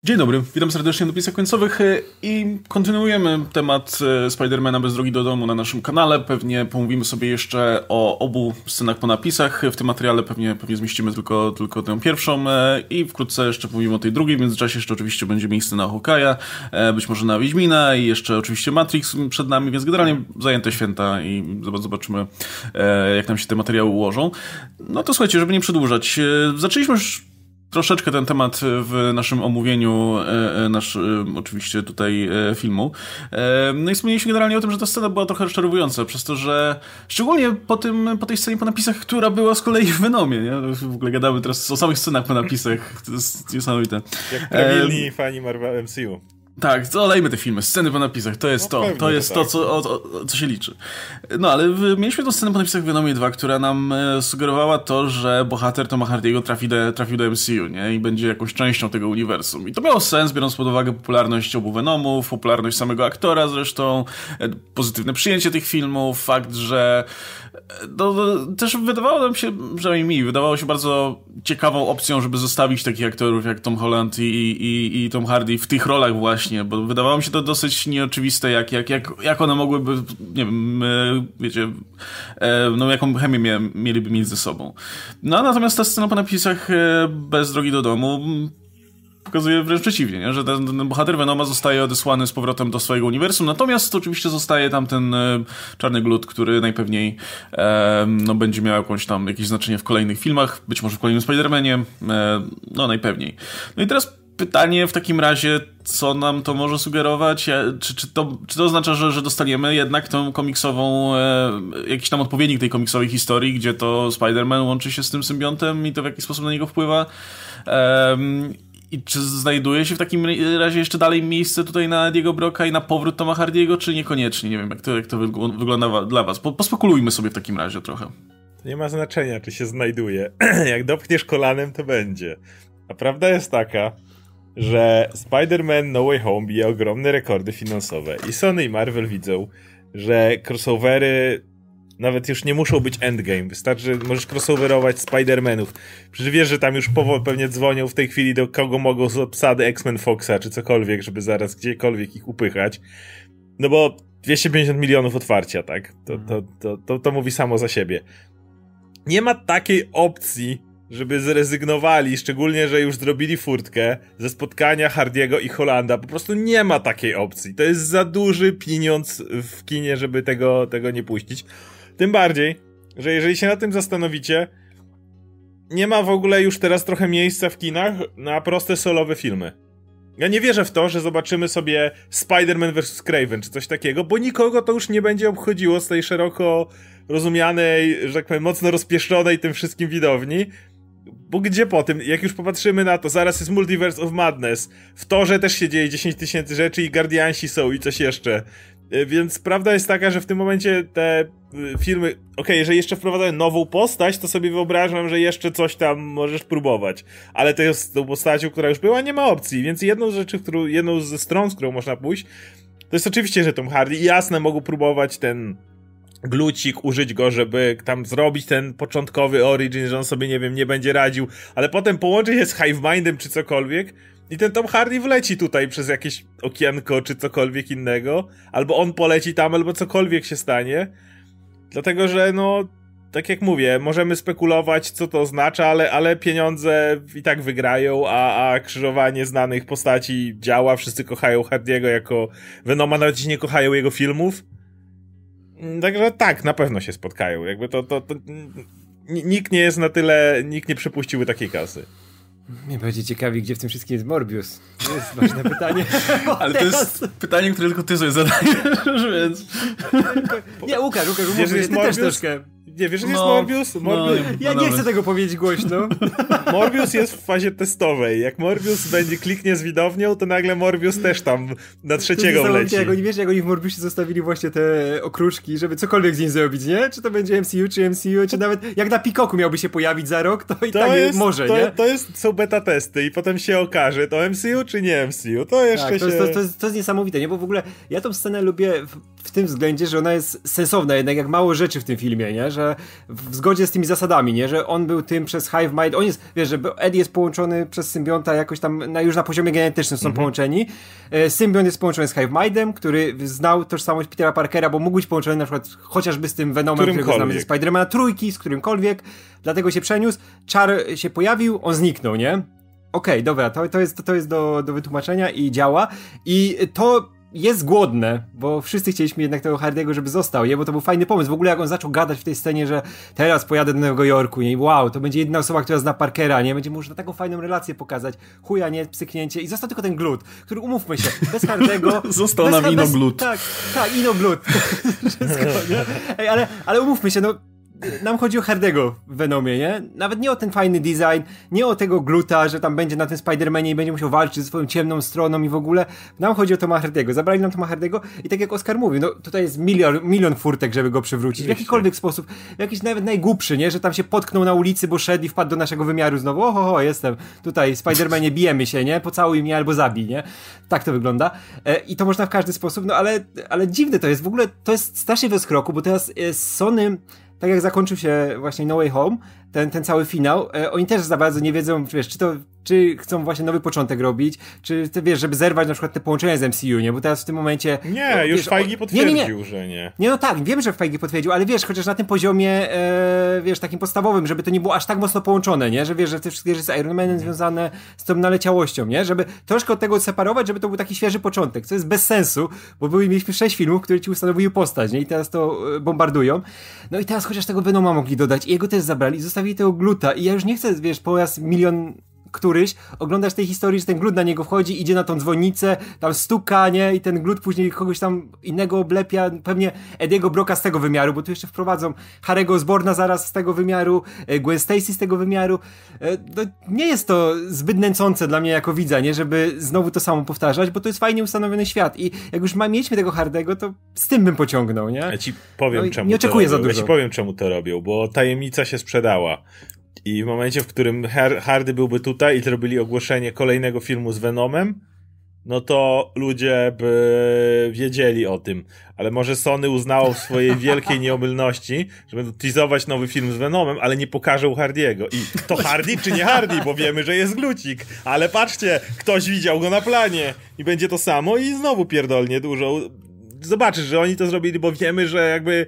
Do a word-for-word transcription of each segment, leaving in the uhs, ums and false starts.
Dzień dobry, witam serdecznie na napisach końcowych i kontynuujemy temat Spidermana bez drogi do domu na naszym kanale. Pewnie pomówimy sobie jeszcze o obu scenach po napisach. W tym materiale pewnie, pewnie zmieścimy tylko, tylko tę pierwszą i wkrótce jeszcze pomówimy o tej drugiej. W międzyczasie jeszcze oczywiście będzie miejsce na Hawkeye'a, być może na Wiedźmina i jeszcze oczywiście Matrix przed nami, więc generalnie zajęte święta i zobaczymy, jak nam się te materiały ułożą. No to słuchajcie, żeby nie przedłużać, zaczęliśmy już troszeczkę ten temat w naszym omówieniu e, nasz, e, oczywiście tutaj e, filmu. E, no i wspomnieliśmy generalnie o tym, że ta scena była trochę rozczarowująca, przez to, że szczególnie po, tym, po tej scenie po napisach, która była z kolei w Venomie, nie? W ogóle gadamy teraz o samych scenach po napisach, to jest niesamowite. Jak prawilni e, fani Marvel M C U. Tak, to olejmy te filmy, sceny po napisach, to jest no, to, to jest to, tak. to co, o, o, co się liczy. No, ale w, mieliśmy tą scenę po napisach w Venomie dwa, która nam e, sugerowała to, że bohater Toma Hardy'ego trafi do, trafił do M C U, nie? I będzie jakąś częścią tego uniwersum. I to miało sens, biorąc pod uwagę popularność obu Venomów, popularność samego aktora zresztą, e, pozytywne przyjęcie tych filmów, fakt, że no, no, też wydawało nam się, przynajmniej mi, wydawało się bardzo ciekawą opcją, żeby zostawić takich aktorów jak Tom Holland i, i, i Tom Hardy w tych rolach właśnie, bo wydawało mi się to dosyć nieoczywiste, jak, jak, jak, jak one mogłyby, nie wiem, wiecie, no jaką chemię mia, mieliby mieć ze sobą. No natomiast ta scena po napisach bez drogi do domu pokazuje wręcz przeciwnie, nie? Że ten, ten bohater Venoma zostaje odesłany z powrotem do swojego uniwersum, natomiast oczywiście zostaje tam ten e, czarny glut, który najpewniej e, no, będzie miał jakąś tam, jakieś znaczenie w kolejnych filmach, być może w kolejnym Spider-Manie, e, no najpewniej. No i teraz pytanie w takim razie, co nam to może sugerować? Czy, czy, to, czy to oznacza, że, że dostaniemy jednak tą komiksową, e, jakiś tam odpowiednik tej komiksowej historii, gdzie to Spider-Man łączy się z tym symbiontem i to w jakiś sposób na niego wpływa? E, I czy znajduje się w takim razie jeszcze dalej miejsce tutaj na Eddie'ego Brocka i na powrót Toma Hardy'ego, czy niekoniecznie? Nie wiem, jak to, jak to wygląda dla was. Pospekulujmy sobie w takim razie trochę. To nie ma znaczenia, czy się znajduje. Jak dopchniesz kolanem, to będzie. A prawda jest taka, że Spider-Man No Way Home bije ogromne rekordy finansowe i Sony i Marvel widzą, że crossovery nawet już nie muszą być endgame. Wystarczy, że możesz crossoverować Spider-Manów. Przecież wiesz, że tam już powoli pewnie dzwonią w tej chwili, do kogo mogą z obsady X-Men Foxa, czy cokolwiek, żeby zaraz gdziekolwiek ich upychać. No bo dwieście pięćdziesiąt milionów otwarcia, tak? To, to, to, to, to mówi samo za siebie. Nie ma takiej opcji, żeby zrezygnowali, szczególnie, że już zrobili furtkę ze spotkania Hardiego i Hollanda. Po prostu nie ma takiej opcji. To jest za duży pieniądz w kinie, żeby tego, tego nie puścić. Tym bardziej, że jeżeli się nad tym zastanowicie, nie ma w ogóle już teraz trochę miejsca w kinach na proste solowe filmy. Ja nie wierzę w to, że zobaczymy sobie Spider-Man versus. Kraven czy coś takiego, bo nikogo to już nie będzie obchodziło z tej szeroko rozumianej, że tak powiem, mocno rozpieszczonej tym wszystkim widowni. Bo gdzie po tym, jak już popatrzymy na to, zaraz jest Multiverse of Madness, w Torze też się dzieje dziesięć tysięcy rzeczy i Guardiansi są i coś jeszcze. Więc prawda jest taka, że w tym momencie te filmy, okej, okay, jeżeli jeszcze wprowadzają nową postać, to sobie wyobrażam, że jeszcze coś tam możesz próbować. Ale to jest tą postacią, która już była, nie ma opcji. Więc jedną z rzeczy, którą, jedną ze stron, z którą można pójść, to jest oczywiście, że Tom Hardy. I jasne, mogą próbować ten glucik, użyć go, żeby tam zrobić ten początkowy origin, że on sobie, nie wiem, nie będzie radził, ale potem połączy się z Hivemindem czy cokolwiek i ten Tom Hardy wleci tutaj przez jakieś okienko czy cokolwiek innego, albo on poleci tam, albo cokolwiek się stanie. Dlatego, że no, tak jak mówię, możemy spekulować, co to oznacza, ale, ale pieniądze i tak wygrają, a, a krzyżowanie znanych postaci działa, wszyscy kochają Hardiego jako Venoma, nawet jeśli nie kochają jego filmów. Także tak, na pewno się spotkają. Jakby to, to, to nikt nie jest na tyle, nikt nie przepuściły takiej kasy. Mnie bardziej ciekawi, gdzie w tym wszystkim jest Morbius. To jest ważne pytanie. Ale to jest pytanie, które tylko ty sobie zadajesz, więc... Nie, Łukasz, Łukasz, umówmy się, ty też troszkę... Nie, wiesz, że jest no, Morbius? Morbius... No, ja no, nie chcę tego powiedzieć głośno. Morbius jest w fazie testowej. Jak Morbius będzie kliknie z widownią, to nagle Morbius też tam na trzeciego wleci. Jak oni, wiesz, jak oni w Morbiusie zostawili właśnie te okruszki, żeby cokolwiek z nim zrobić, nie? Czy to będzie M C U, czy M C U, czy nawet jak na Peacocku miałby się pojawić za rok, to i to tak jest, może, to, nie? To jest, są beta testy i potem się okaże, to M C U, czy nie M C U. To jeszcze tak, to, się... to, to, to, jest, to jest niesamowite, nie? Bo w ogóle ja tą scenę lubię w, w w tym względzie, że ona jest sensowna, jednak jak mało rzeczy w tym filmie, nie? Że w zgodzie z tymi zasadami, nie? Że on był tym przez Hive Mind, on jest, wiesz, że Eddie jest połączony przez symbionta jakoś tam, na, już na poziomie genetycznym są mm-hmm. połączeni. E, symbiont jest połączony z Hive Mindem, który znał tożsamość Petera Parkera, bo mógł być połączony na przykład chociażby z tym Venomem, którego znamy ze Spidermana trójki, z którymkolwiek, dlatego się przeniósł, czar się pojawił, on zniknął, nie? Okej, okay, dobra, to, to jest, to jest do, do wytłumaczenia i działa. I to jest głodne, bo wszyscy chcieliśmy jednak tego Hardy'ego, żeby został, nie? Bo to był fajny pomysł. W ogóle jak on zaczął gadać w tej scenie, że teraz pojadę do Nowego Jorku, nie? I wow, to będzie jedna osoba, która zna Parkera, nie? Będzie można taką fajną relację pokazać. Chuja, nie? Psyknięcie. I został tylko ten glut, który, umówmy się, bez Hardy'ego... został bez, nam Inoglut. Tak, tak, Inoglut. Wszystko, nie? Ej, ale, ale umówmy się, no nam chodzi o Hardy'ego w Venomie, nie? Nawet nie o ten fajny design, nie o tego gluta, że tam będzie na tym Spider-Manie i będzie musiał walczyć ze swoją ciemną stroną i w ogóle. Nam chodzi o Toma Hardy'ego. Zabrali nam Toma Hardy'ego i tak jak Oskar mówił, no tutaj jest milion, milion furtek, żeby go przywrócić. W jakikolwiek sposób, w jakiś nawet najgłupszy, nie? Że tam się potknął na ulicy, bo szedł i wpadł do naszego wymiaru znowu. Oho, ho, jestem tutaj, Spider-Manie, bijemy się, nie? Pocałuj mnie albo zabij, nie? Tak to wygląda. E, I to można w każdy sposób, no ale, ale dziwne to jest. W ogóle to jest strasznie do skroku, bo teraz e, Sony... Tak jak zakończył się właśnie No Way Home, ten, ten cały finał, e, oni też za bardzo nie wiedzą, wiesz, czy to, czy chcą właśnie nowy początek robić, czy ty wiesz, żeby zerwać na przykład te połączenia z M C U, nie? Bo teraz w tym momencie... Nie, no, już wiesz, Feige potwierdził, nie, nie, nie. że nie. Nie, no tak, wiem, że Feige potwierdził, ale wiesz, chociaż na tym poziomie, e, wiesz, takim podstawowym, żeby to nie było aż tak mocno połączone, nie? Że wiesz, że te wszystkie rzeczy z Iron Manem związane z tą naleciałością, nie? Żeby troszkę od tego odseparować, żeby to był taki świeży początek, co jest bez sensu, bo były, mieliśmy sześć filmów, które ci ustanowiły postać, nie? I teraz to bombardują. No i teraz chociaż tego Venoma mogli dodać i jego też zabrali i zostawili tego gluta i ja już nie chcę, wiesz, po raz milion któryś oglądasz tej historii, że ten glut na niego wchodzi, idzie na tą dzwonnicę, tam stuka, nie? I ten glut później kogoś tam innego oblepia, pewnie Ediego Brocka z tego wymiaru, bo tu jeszcze wprowadzą Harry'ego Osborna zaraz z tego wymiaru, Gwen Stacy z tego wymiaru. No, nie jest to zbyt nęcące dla mnie jako widza, nie? Żeby znowu to samo powtarzać, bo to jest fajnie ustanowiony świat i jak już ma, mieliśmy tego Hardy'ego, to z tym bym pociągnął, nie? Ja ci powiem, no, czemu nie oczekuję to za robią. dużo. Ja ci powiem, czemu to robią, bo tajemnica się sprzedała. I w momencie, w którym Hardy byłby tutaj i zrobili ogłoszenie kolejnego filmu z Venomem, no to ludzie by wiedzieli o tym. Ale może Sony uznało w swojej wielkiej nieomylności, że będą teasować nowy film z Venomem, ale nie pokażą Hardiego. I to Hardy czy nie Hardy? Bo wiemy, że jest glucik. Ale patrzcie, ktoś widział go na planie. I będzie to samo i znowu pierdolnie dużo. Zobaczysz, że oni to zrobili, bo wiemy, że jakby...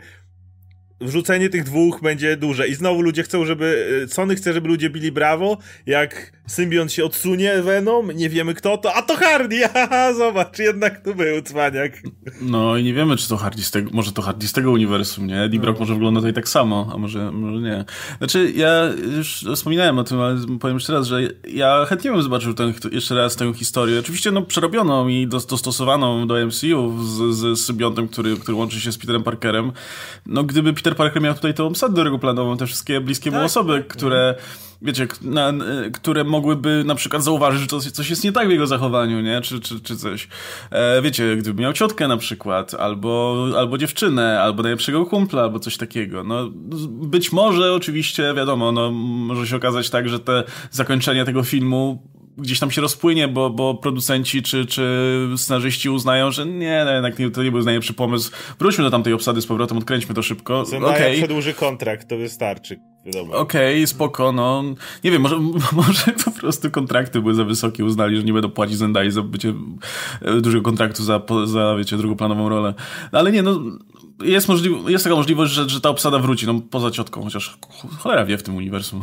wrzucenie tych dwóch będzie duże i znowu ludzie chcą, żeby Sony chce, żeby ludzie bili brawo, jak symbiont się odsunie, Venom, nie wiemy kto to, a to Hardy, haha, zobacz, jednak tu był cwaniak. No i nie wiemy, czy to Hardy z tego, może to Hardy z tego uniwersum, nie? Eddie Brock no. może wygląda tutaj tak samo, a może, może nie. Znaczy, ja już wspominałem o tym, ale powiem jeszcze raz, że ja chętnie bym zobaczył ten, jeszcze raz tę historię. Oczywiście, no, przerobioną i dostosowaną do M C U z, z symbiontem, który, który łączy się z Peterem Parkerem. No, gdyby Peter Parker miał tutaj tą obsadę drugoplanową, te wszystkie bliskie mu osoby, tak. które, wiecie, na, które mogłyby na przykład zauważyć, że to, coś jest nie tak w jego zachowaniu, nie? Czy, czy, czy coś. E, wiecie, gdyby miał ciotkę na przykład, albo, albo dziewczynę, albo najlepszego kumpla, albo coś takiego. No, być może oczywiście, wiadomo, no, może się okazać tak, że te zakończenie tego filmu gdzieś tam się rozpłynie, bo, bo producenci czy, czy scenarzyści uznają, że nie, no, jednak nie, to nie był najlepszy pomysł. Wróćmy do tamtej obsady z powrotem, odkręćmy to szybko. Zendaya okay. przedłuży kontrakt, to wystarczy. Okej, okay, spoko, no. Nie wiem, może, może po prostu kontrakty były za wysokie, uznali, że nie będą płacić Zendai za bycie dużego kontraktu za, za wiecie, drugoplanową rolę. Ale nie, no, jest, możliwe, jest taka możliwość, że, że ta obsada wróci, no poza ciotką, chociaż cholera wie w tym uniwersum.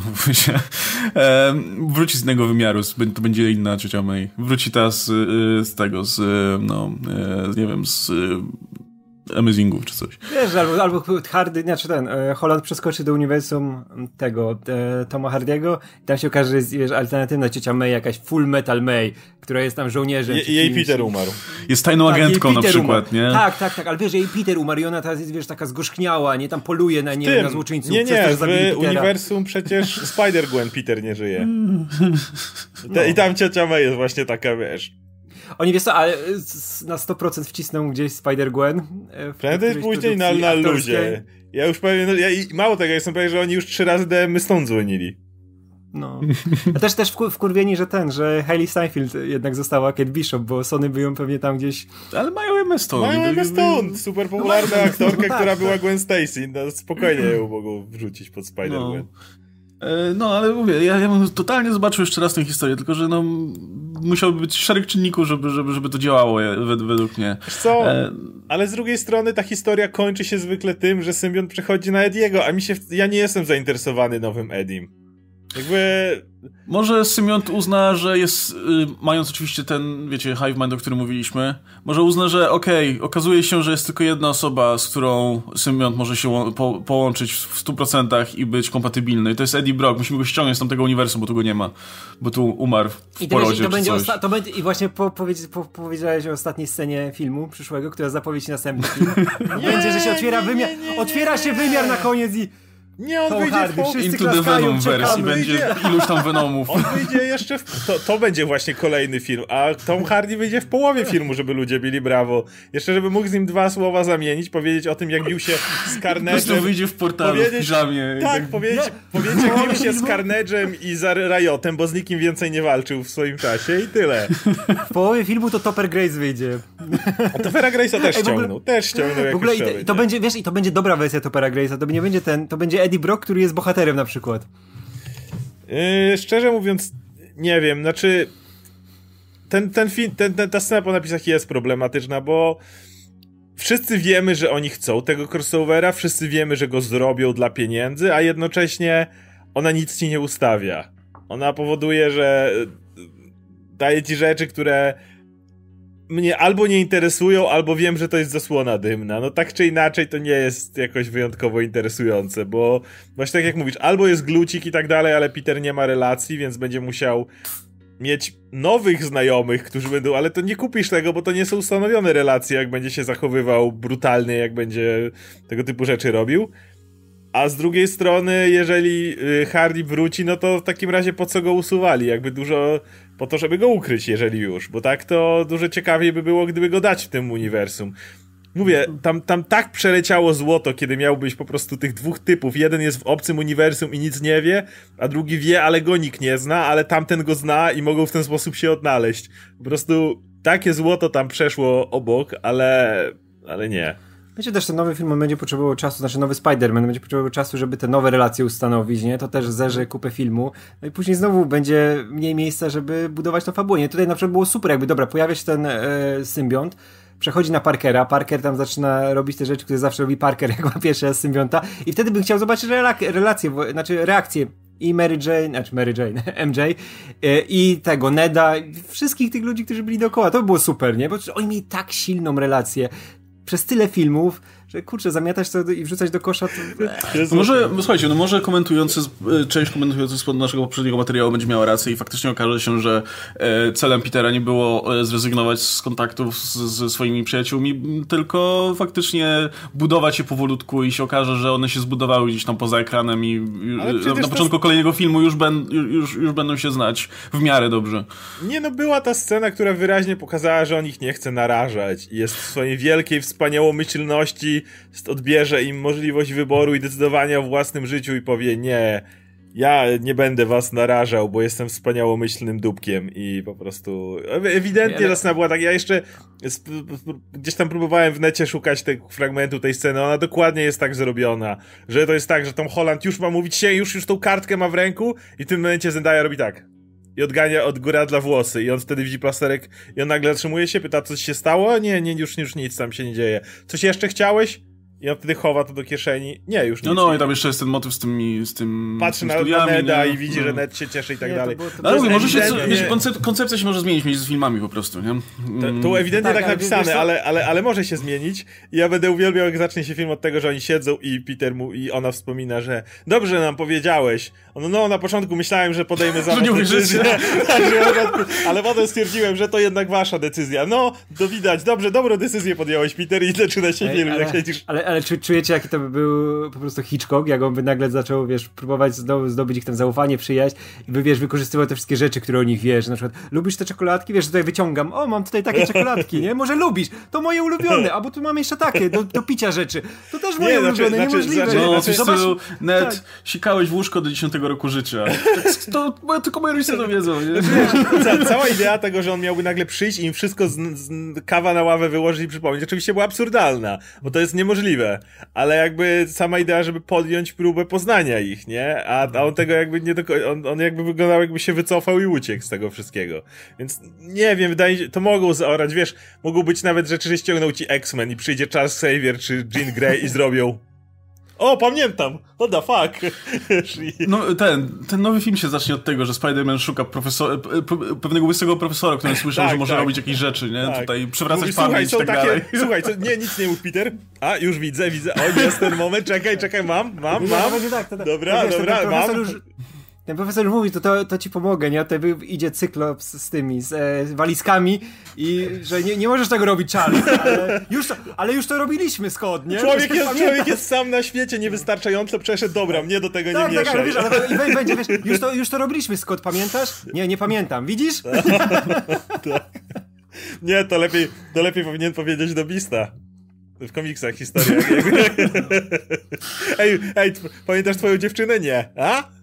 e, wróci z innego wymiaru, to będzie inna ciocia May. Wróci ta z, z tego, z, no, nie wiem, z Amazingów czy coś. Wiesz, albo, albo Hardy, znaczy ten, e, Holland przeskoczy do uniwersum tego, e, Toma Hardiego i tam się okaże, że jest, wiesz, alternatywna ciocia May, jakaś Full Metal May, która jest tam żołnierzem. Je, jej Peter umarł. Jest tajną tak, agentką na przykład, umarł. Nie? Tak, tak, tak, ale wiesz, jej Peter umarł i ona teraz jest, wiesz, taka zgorzkniała, nie, tam poluje na, nie, na złoczyńców. Nie, nie, przez to, że w uniwersum przecież Spider-Gwen Peter nie żyje. No. I tam ciocia May jest właśnie taka, wiesz... Oni, wiesz co, ale na sto procent wcisną gdzieś Spider-Gwen. Prędzej później na, na ludzie. Ja już powiem, ja, mało tego, ja jestem pewien, że oni już trzy razy D M stąd dzwonili. No. A też też wkurwieni, że ten, że Hailey Steinfeld jednak została Kate Bishop, bo Sony by ją pewnie tam gdzieś... Ale mają Emma Stone. Mają Emma Stone, super popularna no, aktorka, no, tak, która tak. była Gwen Stacy. No, spokojnie ją mogą wrzucić pod Spider-Man. No. No, ale mówię, ja, ja bym totalnie zobaczył jeszcze raz tę historię, tylko że no musiałby być szereg czynników, żeby, żeby, żeby to działało według mnie. Wiesz co, e... ale z drugiej strony ta historia kończy się zwykle tym, że symbiont przechodzi na Ediego, a mi się, ja nie jestem zainteresowany nowym Edim. Jakby... Może symbiont uzna, że jest, y, mając oczywiście ten, wiecie, hive mind, o którym mówiliśmy, może uzna, że okej, okay, okazuje się, że jest tylko jedna osoba, z którą symbiont może się po, połączyć w stu procentach i być kompatybilny. I to jest Eddie Brock. Musimy go ściągnąć z tamtego uniwersum, bo tu go nie ma. Bo tu umarł w I to porodzie będzie, to będzie, osta- to będzie I właśnie po, powiedz, po, powiedziałeś o ostatniej scenie filmu przyszłego, która zapowiedzi następny film. nie, będzie, że się otwiera wymiar, nie, nie, nie, otwiera się wymiar na koniec i nie, on Tom wyjdzie Hardy, w Into the Venom wersji, będzie iluś tam Venomów. On wyjdzie jeszcze w... To, to będzie właśnie kolejny film, a Tom Hardy wyjdzie w połowie filmu, żeby ludzie bili brawo. Jeszcze żeby mógł z nim dwa słowa zamienić, powiedzieć o tym, jak bił się z Carnage'em. Po prostu wyjdzie w portalu w piżamie. Tak, tak powiedzieć, no. powiedzieć jak bił się z Carnage'em i za Riotem, bo z nikim więcej nie walczył w swoim czasie i tyle. W połowie filmu to Topper Grace wyjdzie. A Toppera Grace'a też ściągnął. Też ściągnął jak w ogóle i, i to będzie, wiesz, i to będzie dobra wersja Toppera Grace'a, to nie będzie ten, to będzie Eddie Brock, który jest bohaterem na przykład. Yy, szczerze mówiąc, nie wiem, znaczy ten, ten film, ten, ten, ta scena po napisach jest problematyczna, bo wszyscy wiemy, że oni chcą tego crossovera, wszyscy wiemy, że go zrobią dla pieniędzy, a jednocześnie ona nic ci nie ustawia. Ona powoduje, że daje ci rzeczy, które mnie albo nie interesują, albo wiem, że to jest zasłona dymna. No tak czy inaczej to nie jest jakoś wyjątkowo interesujące, bo właśnie tak jak mówisz, albo jest glucik i tak dalej, ale Peter nie ma relacji, więc będzie musiał mieć nowych znajomych, którzy będą, ale to nie kupisz tego, bo to nie są ustanowione relacje, jak będzie się zachowywał brutalnie, jak będzie tego typu rzeczy robił. A z drugiej strony, jeżeli Hardy wróci, no to w takim razie po co go usuwali? Jakby dużo po to, żeby go ukryć, jeżeli już. Bo tak to dużo ciekawiej by było, gdyby go dać w tym uniwersum. Mówię, tam, tam tak przeleciało złoto, kiedy miałbyś po prostu tych dwóch typów. Jeden jest w obcym uniwersum i nic nie wie, a drugi wie, ale go nikt nie zna, ale tamten go zna i mogą w ten sposób się odnaleźć. Po prostu takie złoto tam przeszło obok, ale, ale nie. Wiecie, też ten nowy film on będzie potrzebował czasu, znaczy nowy Spider-Man będzie potrzebował czasu, żeby te nowe relacje ustanowić, nie? To też zerze kupę filmu. No i później znowu będzie mniej miejsca, żeby budować tą fabułę, nie? Tutaj na przykład było super, jakby dobra, pojawia się ten e, symbiont, przechodzi na Parkera, Parker tam zaczyna robić te rzeczy, które zawsze robi Parker, jak ma pierwszy raz symbionta i wtedy bym chciał zobaczyć relak- relacje, bo, znaczy reakcje i Mary Jane, znaczy Mary Jane, M J e, i tego Neda, wszystkich tych ludzi, którzy byli dookoła. To by było super, nie? Bo oni mieli tak silną relację przez tyle filmów, że kurczę, zamiatać to i wrzucać do kosza, to... No może, słuchajcie, no może komentujący, część komentujących z naszego poprzedniego materiału będzie miała rację i faktycznie okaże się, że celem Petera nie było zrezygnować z kontaktów z, ze swoimi przyjaciółmi, tylko faktycznie budować się powolutku i się okaże, że one się zbudowały gdzieś tam poza ekranem i na, na początku to... kolejnego filmu już, ben, już, już będą się znać w miarę dobrze. Nie no, była ta scena, która wyraźnie pokazała, że on ich nie chce narażać i jest w swojej wielkiej wspaniałomyślności, odbierze im możliwość wyboru i decydowania o własnym życiu i powie nie, ja nie będę was narażał, bo jestem wspaniałomyślnym dupkiem i po prostu ewidentnie ale... ta scena była tak, ja jeszcze gdzieś tam próbowałem w necie szukać tego fragmentu tej sceny, ona dokładnie jest tak zrobiona, że to jest tak, że Tom Holland już ma mówić się, już już tą kartkę ma w ręku i w tym momencie Zendaya robi tak i odgania od góradla włosy i on wtedy widzi plasterek i on nagle zatrzymuje się, pyta, co się stało? Nie, nie, już, już nic tam się nie dzieje. Coś jeszcze chciałeś? I on wtedy chowa to do kieszeni. Nie, już nic. No, no nie. i tam jeszcze jest ten motyw z tym, z tym patrzy z tym na, studiami, na Neda nie? i widzi, że Ned się cieszy i tak nie, dalej. To było, to ale mówię, może się, ewidentnie... wiesz, koncep- koncepcja się może zmienić między filmami po prostu, nie? To, to ewidentnie tak, tak napisane, wiesz, ale, ale, ale może się zmienić i ja będę uwielbiał, jak zacznie się film od tego, że oni siedzą i Peter mu, i ona wspomina, że dobrze nam powiedziałeś. On, no, na początku myślałem, że podejmę za was decyzję, ale potem stwierdziłem, że to jednak wasza decyzja. No, to widać, dobrze, dobrą decyzję podjąłeś, Peter, i zaczyna się film, ale, jak siedzisz. Ale, ale czy czujecie, jaki to by był po prostu Hitchcock, jak on by nagle zaczął, wiesz, próbować zdobyć, zdobyć ich tam zaufanie, przyjaźń i by, wiesz, wykorzystywał te wszystkie rzeczy, które o nich wiesz, na przykład lubisz te czekoladki? Wiesz, tutaj wyciągam, o, mam tutaj takie czekoladki, nie? Może lubisz, to moje ulubione, a bo tu mam jeszcze takie, do, do picia rzeczy, to też moje nie, ulubione, znaczy, niemożliwe. Znaczy, no, znaczy, zobacz, net, tak. sikałeś w łóżko do dziesiątego roku życia. To, to tylko moi rodzice to wiedzą, nie? Ca- cała idea tego, że on miałby nagle przyjść i im wszystko z, z, kawa na ławę wyłożyć i przypomnieć, oczywiście była absurdalna, bo to jest niemożliwe, ale jakby sama idea, żeby podjąć próbę poznania ich, nie? A, a on tego jakby nie do on, on jakby wyglądał, jakby się wycofał i uciekł z tego wszystkiego. Więc nie wiem, wydaje mi się, to mogą zaorać, wiesz, mogą być nawet rzeczy, że ściągną ci X-Men i przyjdzie Charles Xavier czy Jean Grey i zrobią o, pamiętam! What the fuck? No, ten, ten nowy film się zacznie od tego, że Spider-Man szuka profesor, pewnego łysego profesora, który słyszał, tak, że może tak. robić jakieś rzeczy, nie? Tak. Tutaj przewracać Mówi, pamięć słuchaj, i tak są dalej. takie, słuchaj, co, nie, nic nie mów, Peter. A, już widzę, widzę. O, jest ten moment, czekaj, czekaj, mam, mam, Nie, mam. właśnie tak, to, to, Dobra, to, wiesz, dobra, ten mam. profesor już, ten profesor już mówi, to, to, to ci pomogę, nie? Tutaj idzie Cyklops z tymi, z, e, z walizkami i że nie, nie możesz tego robić, Charles, ale już to, ale już to robiliśmy, Scott, nie? Człowiek jest, Pamiętam. człowiek jest sam na świecie, niewystarczająco przeszedł, dobra, mnie do tego Tak, nie tak, mieszaj. ale wiesz, ale i będzie, wiesz, już to, już to robiliśmy, Scott, pamiętasz? Nie, nie pamiętam, widzisz? Tak. Nie, to lepiej, to lepiej powinien powiedzieć do Beasta. W komiksach historia. Ej, ej, pamiętasz twoją dziewczynę? Nie. A?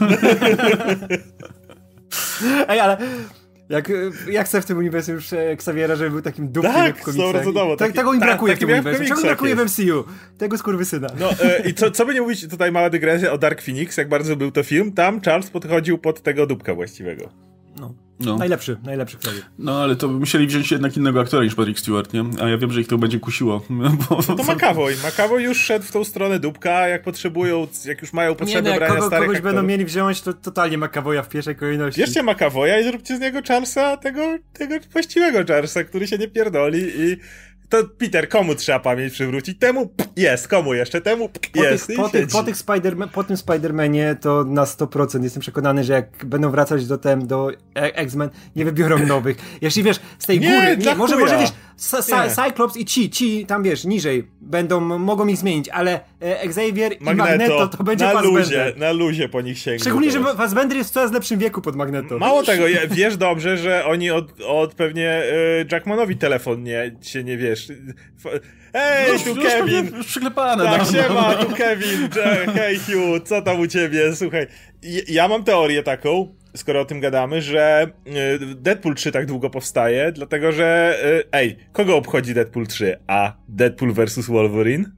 Ej, ale jak, jak chcę w tym uniwersum już e, Xaviera, żeby był takim dupkiem Tak, jak w komiksach. stoprocentowo, Tak, taki- tego mi tak, brakuje w taki tym jak w uniwersum. Czego mi komiksach brakuje w jest. M C U? Tego skurwysyna. No e, i co, co by nie mówić, tutaj mała dygresja o Dark Phoenix, jak bardzo był to film, tam Charles podchodził pod tego dupka właściwego. No. No. Najlepszy, najlepszy Xavier. no, ale to by musieli wziąć jednak innego aktora niż Patrick Stewart, nie? A ja wiem, że ich to będzie kusiło. Bo... No to McAvoy. McAvoy już szedł w tą stronę dupka, jak potrzebują, jak już mają Nie, potrzebę no, jak brania kogo, starych kogoś aktorów. będą mieli wziąć, to totalnie McAvoya w pierwszej kolejności. Bierzcie McAvoya i zróbcie z niego Charlesa, tego, tego właściwego Charlesa, który się nie pierdoli i to Peter, komu trzeba pamięć przywrócić? Temu pff, jest, komu jeszcze? Temu pff, Po, jest tych, i po, tych, siedzi. po, tych Spider po tym Spider-Manie to na sto procent jestem przekonany, że jak będą wracać do tem, do e- X-Men, nie wybiorą nowych. Jeśli wiesz, z tej Nie, góry, dla nie, może, chuja. może wiesz, Cy- Cy- Nie. Cyclops i ci, ci tam wiesz, niżej, będą, mogą ich zmienić, ale e, Xavier i Magneto, Magneto to będzie na Fassbender. luzie, na luzie po nich sięgną. Szczególnie, że teraz. Fassbender jest w coraz lepszym wieku pod Magneto. Mało tego, ja- wiesz dobrze, że oni od, od pewnie y, Jackmanowi telefon nie, się nie wiesz. F- Hej, Już- tu już Kevin! pewnie Przyklepane. Tak, no, siema, no. tu Kevin, Jack, hej Hugh, co tam u ciebie? Słuchaj, j- ja mam teorię taką, skoro o tym gadamy, że y, Deadpool trzy tak długo powstaje, dlatego że, y, ej, kogo obchodzi Deadpool trzy? A Deadpool versus Wolverine?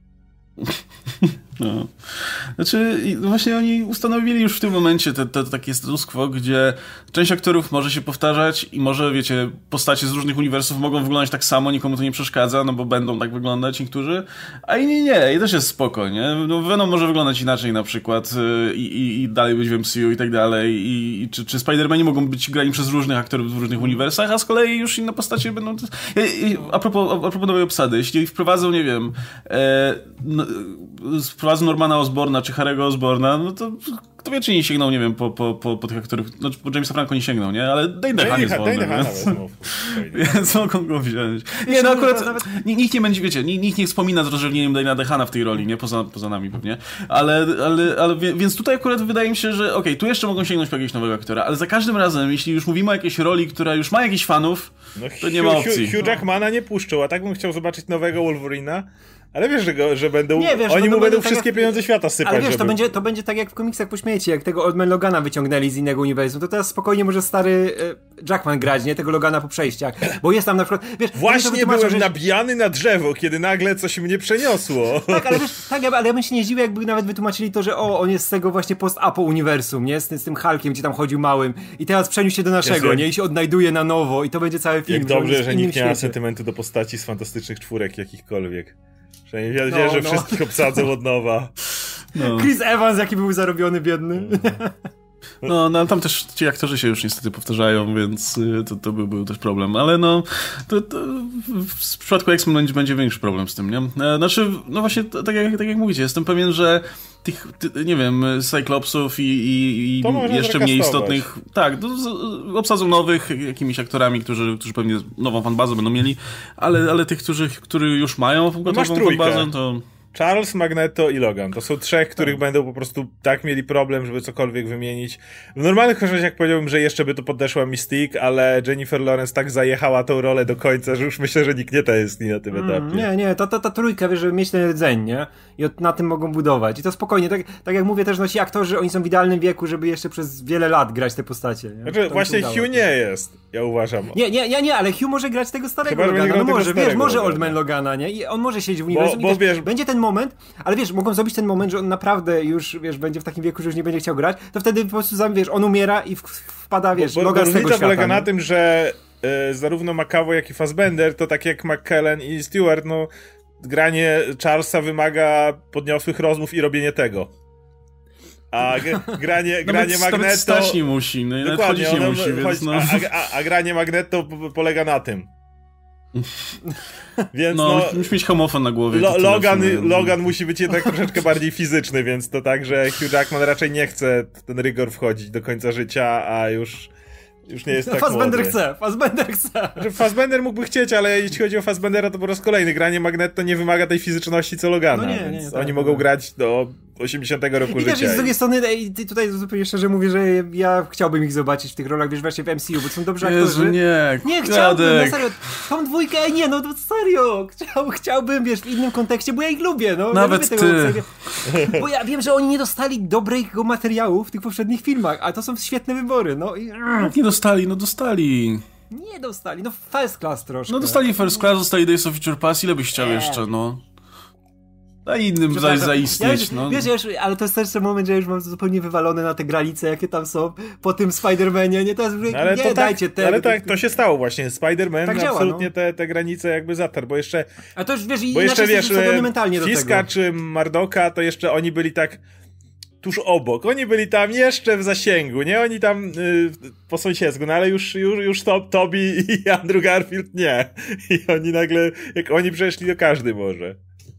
No. Znaczy, i właśnie oni ustanowili już w tym momencie te, te, takie status quo, gdzie część aktorów może się powtarzać i może, wiecie, postacie z różnych uniwersów mogą wyglądać tak samo, nikomu to nie przeszkadza, no bo będą tak wyglądać niektórzy, a inni nie, i też jest spoko, nie? No, Venom może wyglądać inaczej na przykład y, i, i dalej być w M C U i tak dalej, i, i czy, czy Spider-Mani mogą być grani przez różnych aktorów w różnych uniwersach, a z kolei już inne postacie będą... I, i, a, propos, a propos nowej obsady, jeśli wprowadzą, nie wiem, e, no, wprowadzą Normana Osborna czy Harry'ego Osborna, no to kto wie, czy nie sięgną, nie wiem, po, po, po, po tych aktorów, no po Jamesa Franco nie sięgną, nie? Ale Dane DeHaan jest wolny, Dane DeHaana więc, wezmą. więc mogą go wziąć. Nie, no akurat nikt nie będzie, wiecie, nikt nie wspomina z rozrzewnieniem Dane'a DeHaana w tej roli, nie? Poza, poza nami pewnie. Ale, ale, ale więc tutaj akurat wydaje mi się, że okej, okay, tu jeszcze mogą sięgnąć po jakiegoś nowego aktora, ale za każdym razem, jeśli już mówimy o jakiejś roli, która już ma jakichś fanów, No, to nie Hugh, ma opcji. Hugh, Hugh Jackmana nie puszczą, a tak bym chciał zobaczyć nowego Wolverina. Ale wiesz, że, go, że będą. Nie, wiesz, oni no to mu będzie będą tak wszystkie jak- pieniądze świata sypać. Ale wiesz, żeby... to będzie, to będzie tak jak w komiksach po śmieci, jak tego Old Man Logana wyciągnęli z innego uniwersum, to teraz spokojnie może stary e, Jackman grać, nie? Tego Logana po przejściach, bo jest tam na przykład, wiesz... to Właśnie wytłumaczą, byłem że- nabijany na drzewo, kiedy nagle coś mnie przeniosło. Tak, ale wiesz, tak, ale ja bym się nie zdziwił, jakby nawet wytłumaczyli to, że o, on jest z tego właśnie post-apo uniwersum, nie? Z, tym- z tym Hulkiem, gdzie tam chodził małym i teraz przeniósł się do naszego, Jezu. nie? I się odnajduje na nowo i to będzie cały film. Jak on dobrze, jest w że innym nikt nie ma świecie. sentymentu do postaci z fantastycznych czwórek jakichkolwiek. Że nie wie, No, wie, że no. wszystkich obsadzą od nowa. No. Chris Evans, jaki był zarobiony, biedny. No, no, tam też ci aktorzy się już niestety powtarzają, więc y, to, to by był też problem, ale no, to, to w przypadku X-Men będzie, będzie większy problem z tym, nie? E, Znaczy, no właśnie, to, tak, jak, tak jak mówicie, jestem pewien, że tych, ty, nie wiem, Cyclopsów i, i, To i można jeszcze mniej zrekastować. istotnych, tak, to, z, obsadzą nowych jakimiś aktorami, którzy, którzy pewnie nową fanbazę będą mieli, ale, ale tych, którzy, którzy już mają gotową trójkę. fanbazę, to... Charles, Magneto i Logan. To są trzech, których tak. będą po prostu tak mieli problem, żeby cokolwiek wymienić. W normalnych okolicznościach powiedziałbym, że jeszcze by to podeszła Mystique, ale Jennifer Lawrence tak zajechała tą rolę do końca, że już myślę, że nikt nie tęskni na tym etapie. Mm, nie, nie, ta, ta, ta trójka, wiesz, żeby mieć ten rdzeń, nie? I od, na tym mogą budować. I to spokojnie, tak, tak jak mówię też, no ci aktorzy, oni są w idealnym wieku, żeby jeszcze przez wiele lat grać te postacie. Nie? Znaczy, właśnie Hugh nie jest, ja uważam. Nie, nie, nie, nie, ale Hugh może grać tego starego Chyba, Logana, no może, wiesz, może Old Man Logana, nie? I on może siedzieć w uniwersum bo, bo, i wiesz, będzie ten moment, ale wiesz, mogą zrobić ten moment, że on naprawdę już, wiesz, będzie w takim wieku, że już nie będzie chciał grać, to wtedy po prostu, wiesz, on umiera i wpada, wiesz, bo, bo, Logan bo z tego świata. polega nie? na tym, że y, zarówno McAvoy, jak i Fassbender, to tak jak McKellen i Stewart, no granie Charlesa wymaga podniosłych rozmów i robienie tego. A g- granie, granie nawet, Magneto... Nawet nie musi, no i nawet chodzić nie musi, chodź, więc no... a, a, a granie Magneto p- polega na tym. Więc no, no, musisz mieć homofon na głowie. Lo- Logan, Logan musi być jednak troszeczkę bardziej fizyczny, więc to tak, że Hugh Jackman raczej nie chce w ten rygor wchodzić do końca życia, a już, już nie jest tak Fassbender młody. chce, Fassbender chce. Znaczy, Fassbender mógłby chcieć, ale jeśli chodzi o Fassbendera, to po raz kolejny granie Magneto nie wymaga tej fizyczności co Logana, no nie, więc nie, tak, oni tak, mogą tak. grać do osiemdziesiątego roku I życia. też i z drugiej strony, ej, ty tutaj zupełnie szczerze mówię, że ja chciałbym ich zobaczyć w tych rolach, wiesz, właśnie w M C U, bo są dobrzy Jezu, aktorzy. nie, nie, chciałbym, na serio, tą dwójkę, ej, nie, no to serio, Chciał, chciałbym, wiesz, w innym kontekście, bo ja ich lubię, no. Nawet ja ty. Tego, bo ja wiem, że oni nie dostali dobrego materiału w tych poprzednich filmach, ale to są świetne wybory, no. I... Jak nie dostali? No dostali. Nie dostali, no first class troszkę. No dostali first class, dostali Days of Future Past, ile byś chciał nie. jeszcze, no. A innym za, zaistnieć, ja już, no. Wiesz, ja już, ale to jest też ten moment, że ja już mam zupełnie wywalone na te granice, jakie tam są po tym Spider-Manie, nie? To jest, no, ale nie, to dajcie tak, tego. Ale tak, to się stało właśnie. Spider-Man tak działa, absolutnie no. te, te granice jakby zatarł, bo jeszcze... A to już, wiesz, bo jeszcze, wiesz, mentalnie do Fiska tego. czy Mardoka, to jeszcze oni byli tak tuż obok. Oni byli tam jeszcze w zasięgu, nie? Oni tam y, po sąsiedzku, no ale już, już, już to, Toby i Andrew Garfield nie. I oni nagle, jak oni przeszli, to każdy może.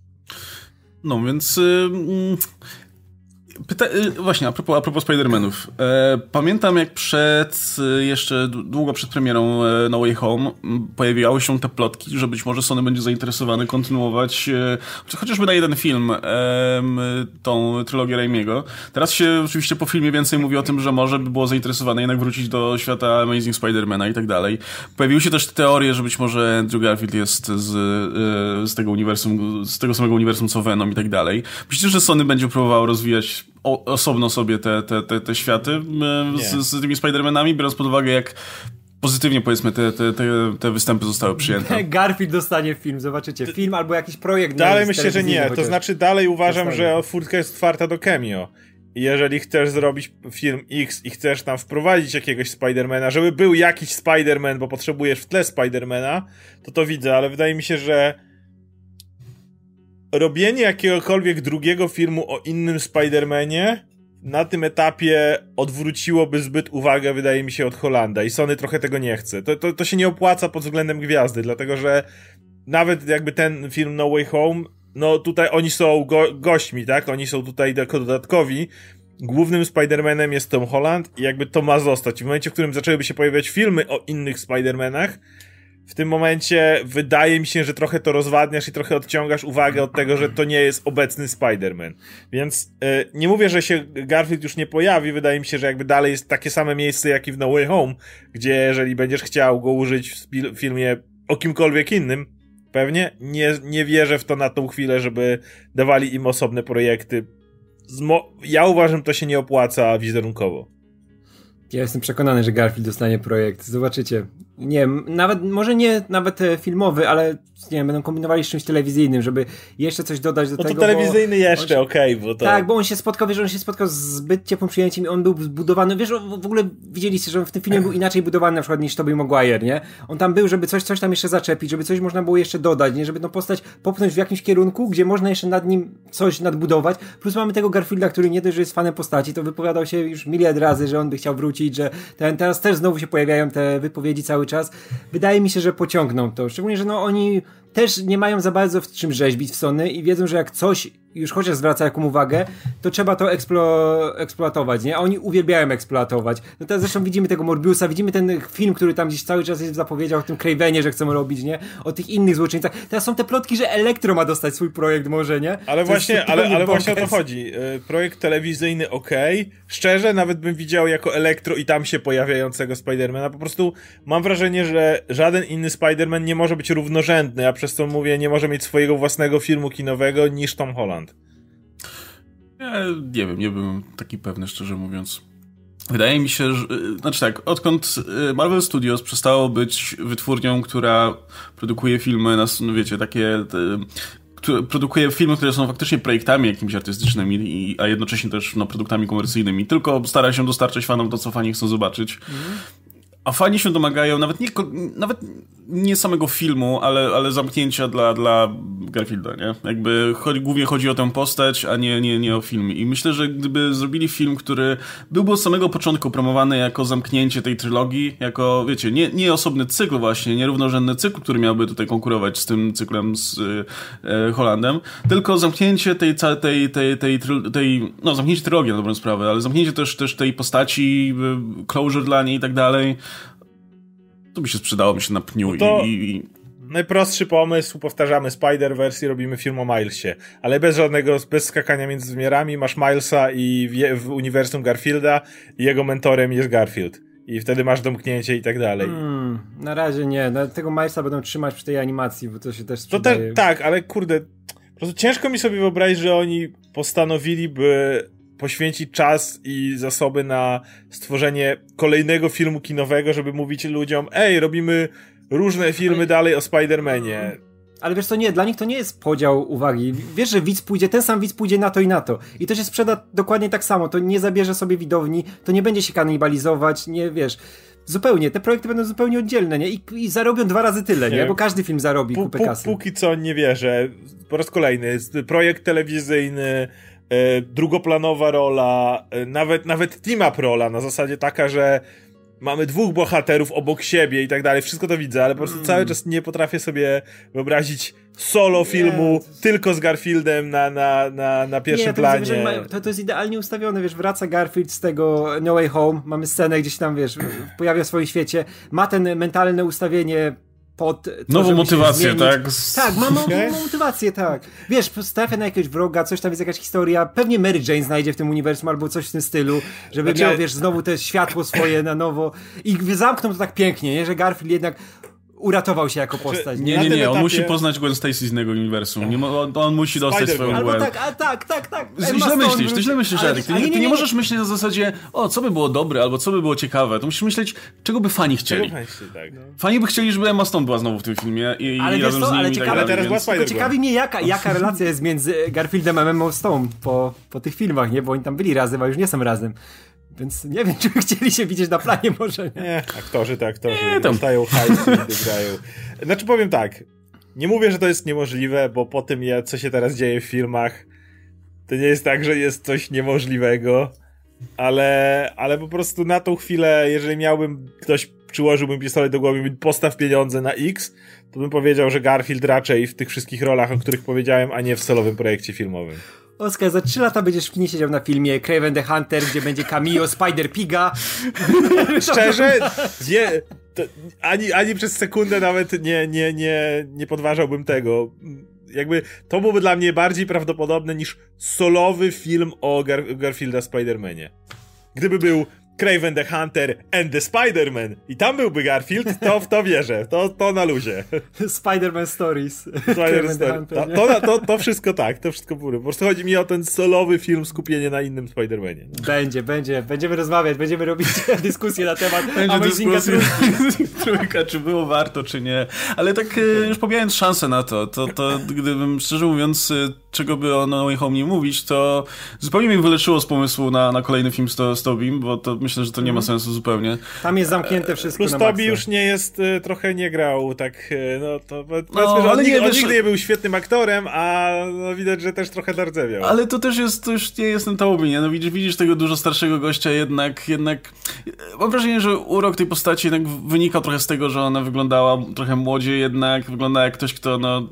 No, więc... Yy, pyta- yy, właśnie, a propos, a propos Spider-Manów. E, pamiętam, jak przed, y, jeszcze długo przed premierą e, No Way Home m, pojawiały się te plotki, że być może Sony będzie zainteresowany kontynuować e, chociażby na jeden film e, m, tą trylogię Raimiego. Teraz się oczywiście po filmie więcej mówi o tym, że może by było zainteresowane jednak wrócić do świata Amazing Spider-Mana i tak dalej. Pojawiły się też teorie, że być może Andrew Garfield jest z, e, z tego uniwersum, z tego samego uniwersum co Venom i tak dalej. Myślicie, że Sony będzie próbowało rozwijać o, osobno sobie te, te, te, te światy e, z, z tymi Spider-Manami, biorąc pod uwagę, jak pozytywnie, powiedzmy, te, te, te, te występy zostały przyjęte. Garfield dostanie film, zobaczycie. Film albo jakiś projekt. Dalej myślę, że nie. To znaczy dalej uważam, dostanie. że furtka jest otwarta do cameo. I jeżeli chcesz zrobić film X i chcesz tam wprowadzić jakiegoś Spidermana, żeby był jakiś Spiderman, bo potrzebujesz w tle Spidermana, to to widzę, ale wydaje mi się, że robienie jakiegokolwiek drugiego filmu o innym Spidermanie na tym etapie odwróciłoby zbyt uwagę, wydaje mi się, od Hollanda i Sony trochę tego nie chce. To, to, to się nie opłaca pod względem gwiazdy, dlatego że nawet jakby ten film No Way Home, no tutaj oni są go- gośćmi, tak? Oni są tutaj jako dodatkowi. Głównym Spider-Manem jest Tom Holland i jakby to ma zostać. W momencie, w którym zaczęłyby się pojawiać filmy o innych Spider-Manach, w tym momencie wydaje mi się, że trochę to rozwadniasz i trochę odciągasz uwagę od tego, że to nie jest obecny Spider-Man. Więc yy, nie mówię, że się Garfield już nie pojawi, wydaje mi się, że jakby dalej jest takie same miejsce jak i w No Way Home, gdzie jeżeli będziesz chciał go użyć w spi- filmie o kimkolwiek innym, pewnie nie, nie wierzę w to na tą chwilę, żeby dawali im osobne projekty. Zmo- ja uważam, to się nie opłaca wizerunkowo. Ja jestem przekonany, że Garfield dostanie projekt. Zobaczycie. Nie wiem, nawet, może nie nawet filmowy, ale nie wiem, będą kombinowali z czymś telewizyjnym, żeby jeszcze coś dodać do no tego. No to telewizyjny jeszcze, się, okej, okay, bo to... Tak, bo on się spotkał, wiesz, on się spotkał z zbyt ciepłym przyjęciem i on był zbudowany, wiesz, w ogóle widzieliście, że on w tym filmie był inaczej budowany na przykład niż Tobey Maguire, nie? On tam był, żeby coś, coś tam jeszcze zaczepić, żeby coś można było jeszcze dodać, nie? Żeby tą postać popchnąć w jakimś kierunku, gdzie można jeszcze nad nim coś nadbudować. Plus mamy tego Garfielda, który nie dość, że jest fanem postaci, to wypowiadał się już miliard razy, że on by chciał wrócić, że ten, teraz też znowu się pojawiają te wypowiedzi cały czas. Wydaje mi się, że pociągną to. Szczególnie, że no oni też nie mają za bardzo w czym rzeźbić w Sony i wiedzą, że jak coś już chociaż zwraca jaką uwagę, to trzeba to eksplo- eksploatować, nie? A oni uwielbiają eksploatować. No teraz zresztą widzimy tego Morbiusa, widzimy ten film, który tam gdzieś cały czas jest w zapowiedziach o tym Cravenie, że chcą robić, nie? O tych innych złoczyńcach. Teraz są te plotki, że Elektro ma dostać swój projekt może, nie? Ale to właśnie, ale, ale właśnie o to chodzi. Projekt telewizyjny okej. Okay. Szczerze, nawet bym widział jako Elektro i tam się pojawiającego Spidermana. Po prostu mam wrażenie, że żaden inny Spider-Man nie może być równorzędny, a przez to mówię, nie może mieć swojego własnego filmu kinowego niż Tom Holland. Ja nie wiem, nie byłem taki pewny, szczerze mówiąc. Wydaje mi się, że... Znaczy tak, odkąd Marvel Studios przestało być wytwórnią, która produkuje filmy, na, no wiecie, takie... Te, które produkuje filmy, które są faktycznie projektami jakimiś artystycznymi, i, a jednocześnie też no, produktami komercyjnymi, tylko stara się dostarczać fanom to, co fani chcą zobaczyć. Mm. A fani się domagają nawet nie, nawet nie samego filmu, ale, ale zamknięcia dla, dla Garfielda, nie? Jakby chodzi, głównie chodzi o tę postać, a nie, nie, nie o film. I myślę, że gdyby zrobili film, który byłby od samego początku promowany jako zamknięcie tej trylogii, jako, wiecie, nie, nie osobny cykl właśnie, nie równorzędny cykl, który miałby tutaj konkurować z tym cyklem z e, Hollandem, tylko zamknięcie tej, tej, tej, tej, tej, tej no zamknięcie trylogii na dobrą sprawę, ale zamknięcie też, też tej postaci, closure dla niej i tak dalej. To by się sprzedało, mi się na pniu. No to i, i... najprostszy pomysł, powtarzamy Spider-Verse i robimy film o Milesie, ale bez żadnego, bez skakania między wymiarami, masz Milesa i w, w uniwersum Garfielda i jego mentorem jest Garfield. I wtedy masz domknięcie i tak dalej. Hmm, na razie nie, no, tego Milesa będą trzymać przy tej animacji, bo to się też sprzedaje. To te, tak, ale kurde, po prostu ciężko mi sobie wyobrazić, że oni postanowiliby poświęcić czas i zasoby na stworzenie kolejnego filmu kinowego, żeby mówić ludziom, ej, robimy różne filmy ale... dalej o Spider-Manie. Ale wiesz co, nie, dla nich to nie jest podział uwagi. Wiesz, że widz pójdzie, ten sam widz pójdzie na to i na to. I to się sprzeda dokładnie tak samo. To nie zabierze sobie widowni, to nie będzie się kanibalizować, nie, wiesz... Zupełnie, te projekty będą zupełnie oddzielne, nie? I, i zarobią dwa razy tyle, nie? nie? Bo każdy film zarobi kupę kasy. Póki co nie wierzę. Po raz kolejny, projekt telewizyjny, e, drugoplanowa rola, e, nawet, nawet team-up rola, na zasadzie taka, że mamy dwóch bohaterów obok siebie i tak dalej, wszystko to widzę, ale po prostu mm. cały czas nie potrafię sobie wyobrazić solo filmu nie. tylko z Garfieldem na, na, na, na pierwszym nie, to planie. Jest, ma, to, to jest idealnie ustawione, wiesz, wraca Garfield z tego No Way Home, mamy scenę gdzieś tam, wiesz, pojawia w swoim świecie, ma ten mentalne ustawienie pod... To, nową motywację, tak? Tak, ma nową motywację, tak. Wiesz, trafia na jakiegoś wroga, coś tam jest jakaś historia, pewnie Mary Jane znajdzie w tym uniwersum albo coś w tym stylu, żeby znaczy... miał, wiesz, znowu te światło swoje na nowo i zamkną to tak pięknie, nie? Że Garfield jednak uratował się jako postać. Nie, nie, nie, nie. on etapie... musi poznać Gwen Stacy z innego uniwersum. Nie, on, on musi dostać swoją Gwen. Albo tak, a tak, tak, tak. Źle myślisz, ty źle myślisz, Eryk. Ty, nie, ty nie możesz myśleć na zasadzie, o, co by było dobre, albo co by było ciekawe. To musisz myśleć, czego by fani chcieli. Myśli, tak, no. Fani by chcieli, żeby Emma Stone była znowu w tym filmie i, ale i razem co, z nimi ale i ciekawe, tak dalej. Teraz więc... była ciekawi mnie, jaka, jaka relacja jest między Garfieldem a Emmą Stone po, po tych filmach, nie? Bo oni tam byli razem, a już nie są razem. Więc nie wiem, czy by chcieli się widzieć na planie może. Nie, nie aktorzy to aktorzy. Nie, tam. Dostają hajs i grają. Znaczy powiem tak, nie mówię, że to jest niemożliwe, bo po tym, co się teraz dzieje w filmach, to nie jest tak, że jest coś niemożliwego, ale, ale po prostu na tą chwilę, jeżeli miałbym, ktoś przyłożyłbym pistolet do głowy i postaw pieniądze na X, to bym powiedział, że Garfield raczej w tych wszystkich rolach, o których powiedziałem, a nie w solowym projekcie filmowym. Oskar, za trzy lata będziesz w kinie siedział na filmie Kraven the Hunter, gdzie będzie cameo Spider-Piga. Szczerze, nie, to ani, ani przez sekundę nawet nie, nie, nie, nie podważałbym tego. Jakby to byłoby dla mnie bardziej prawdopodobne niż solowy film o Gar- Garfielda Spider-Manie. Gdyby był Kraven the Hunter and the Spider-Man i tam byłby Garfield, to w to wierzę. To, to na luzie. Spider-Man Stories. Spider Story. to, to, to, to wszystko tak, to wszystko póry. Po prostu chodzi mi o ten solowy film, skupienie na innym Spider-Manie. No. Będzie, będzie. Będziemy rozmawiać, będziemy robić dyskusję na temat będzie Amazinga Trójka, czy było warto, czy nie. Ale tak okay. już pomijając szansę na to, to, to gdybym szczerze mówiąc, czego by o No Way Home nie mówić, to zupełnie mnie wyleczyło z pomysłu na, na kolejny film z, to, z Tobim, bo to myślę, że to nie ma sensu zupełnie. Tam jest zamknięte wszystko. Plus na Toby maksa. już nie jest, trochę nie grał tak, no to powiedzmy, No, że on, ale nigdy, nie, on wiesz- nigdy nie był świetnym aktorem, a no, widać, że też trochę dardzewiał. Ale to też jest, to już nie jest ten Toby, nie? No widzisz, widzisz tego dużo starszego gościa, jednak, jednak mam wrażenie, że urok tej postaci jednak wynikał trochę z tego, że ona wyglądała trochę młodziej, jednak wyglądała jak ktoś, kto no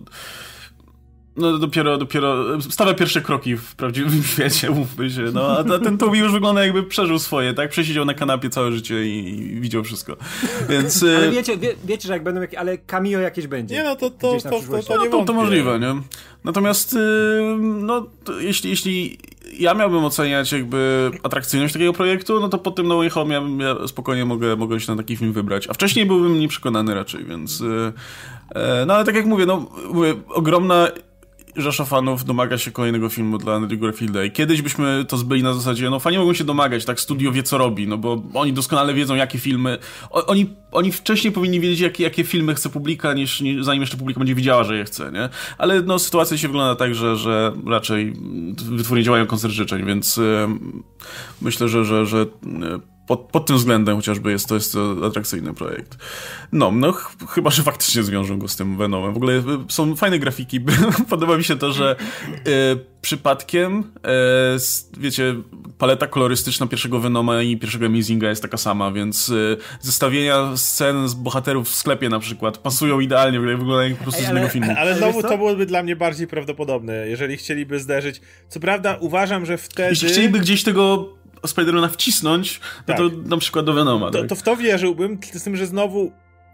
no dopiero, dopiero stawia pierwsze kroki w prawdziwym świecie, mówmy się, no a ten Toby już wygląda jakby przeżył swoje, tak? Przesiedział na kanapie całe życie i, i widział wszystko, więc... Ale wiecie, wie, wiecie, że jak będą jakieś, ale cameo jakieś będzie. Nie no, to, to, Gdzieś na to, to, przyszłość. to nie No, to, to wątpię. możliwe, nie? Natomiast, yy, no, to jeśli, jeśli ja miałbym oceniać jakby atrakcyjność takiego projektu, no to po tym No Way Home ja, ja spokojnie mogę, mogę się na taki film wybrać. A wcześniej byłbym nieprzekonany raczej, więc... Yy, yy, no ale tak jak mówię, no, mówię, ogromna rzesza fanów domaga się kolejnego filmu dla Andrew Garfielda i kiedyś byśmy to zbyli na zasadzie, no fani mogą się domagać, tak, studio wie co robi, no bo oni doskonale wiedzą jakie filmy, o, oni, oni wcześniej powinni wiedzieć jakie, jakie filmy chce publika, niż, niż zanim jeszcze publika będzie widziała, że je chce, nie? Ale no sytuacja się wygląda tak, że, że raczej wytwórnie działają koncert życzeń, więc y, myślę, że, że, że y, Pod, pod tym względem chociażby jest to, jest to atrakcyjny projekt. No, no ch chyba, że faktycznie zwiążą go z tym Venomem. W ogóle y, są fajne grafiki. Podoba mi się to, że y, przypadkiem y, s, wiecie, paleta kolorystyczna pierwszego Venoma i pierwszego Amazinga jest taka sama, więc y, zestawienia scen z bohaterów w sklepie na przykład pasują idealnie, wyglądają po prostu Ej, z ale- innego filmu. Ale znowu wiesz co? to byłoby dla mnie bardziej prawdopodobne, jeżeli chcieliby zderzyć. Co prawda uważam, że wtedy... Jeśli chcieliby gdzieś tego Spidermana wcisnąć, Tak. no to na przykład do Venoma. To, tak? to w to wierzyłbym, z tym, że znowu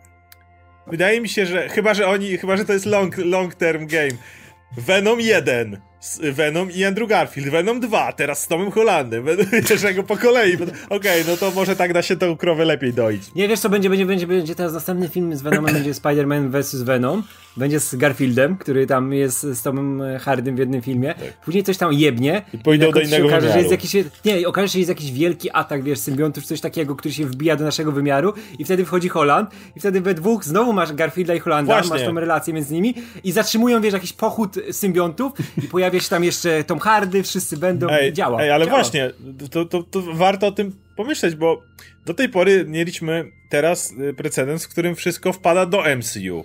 wydaje mi się, że chyba, że oni, chyba, że to jest long, long term game. Venom jeden, s- Venom i Andrew Garfield, Venom dwa, teraz z Tomem Hollandem, jeszcze go po kolei. Okej, okay, no to może tak da się tą krowę lepiej doić. Nie, wiesz co, będzie, będzie, będzie, będzie teraz następny film z Venomem, będzie Spider-Man versus. Venom, będzie z Garfieldem, który tam jest z Tomem Hardym w jednym filmie, później coś tam jebnie I pójdą na do końcu się innego okaże, że wymiaru. jest jakiś, nie, okaże się, że jest jakiś wielki atak, wiesz, symbiontów, czy coś takiego, który się wbija do naszego wymiaru i wtedy wchodzi Holland i wtedy we dwóch znowu masz Garfielda i Hollanda, Właśnie. masz tą relację między nimi i zatrzymują, wiesz, jakiś pochód symbiontów i pojawia się tam jeszcze Tom Hardy, wszyscy będą, Ej, działa. ej ale działa. właśnie, to, to, to warto o tym pomyśleć, bo do tej pory mieliśmy teraz y, precedens, w którym wszystko wpada do M C U.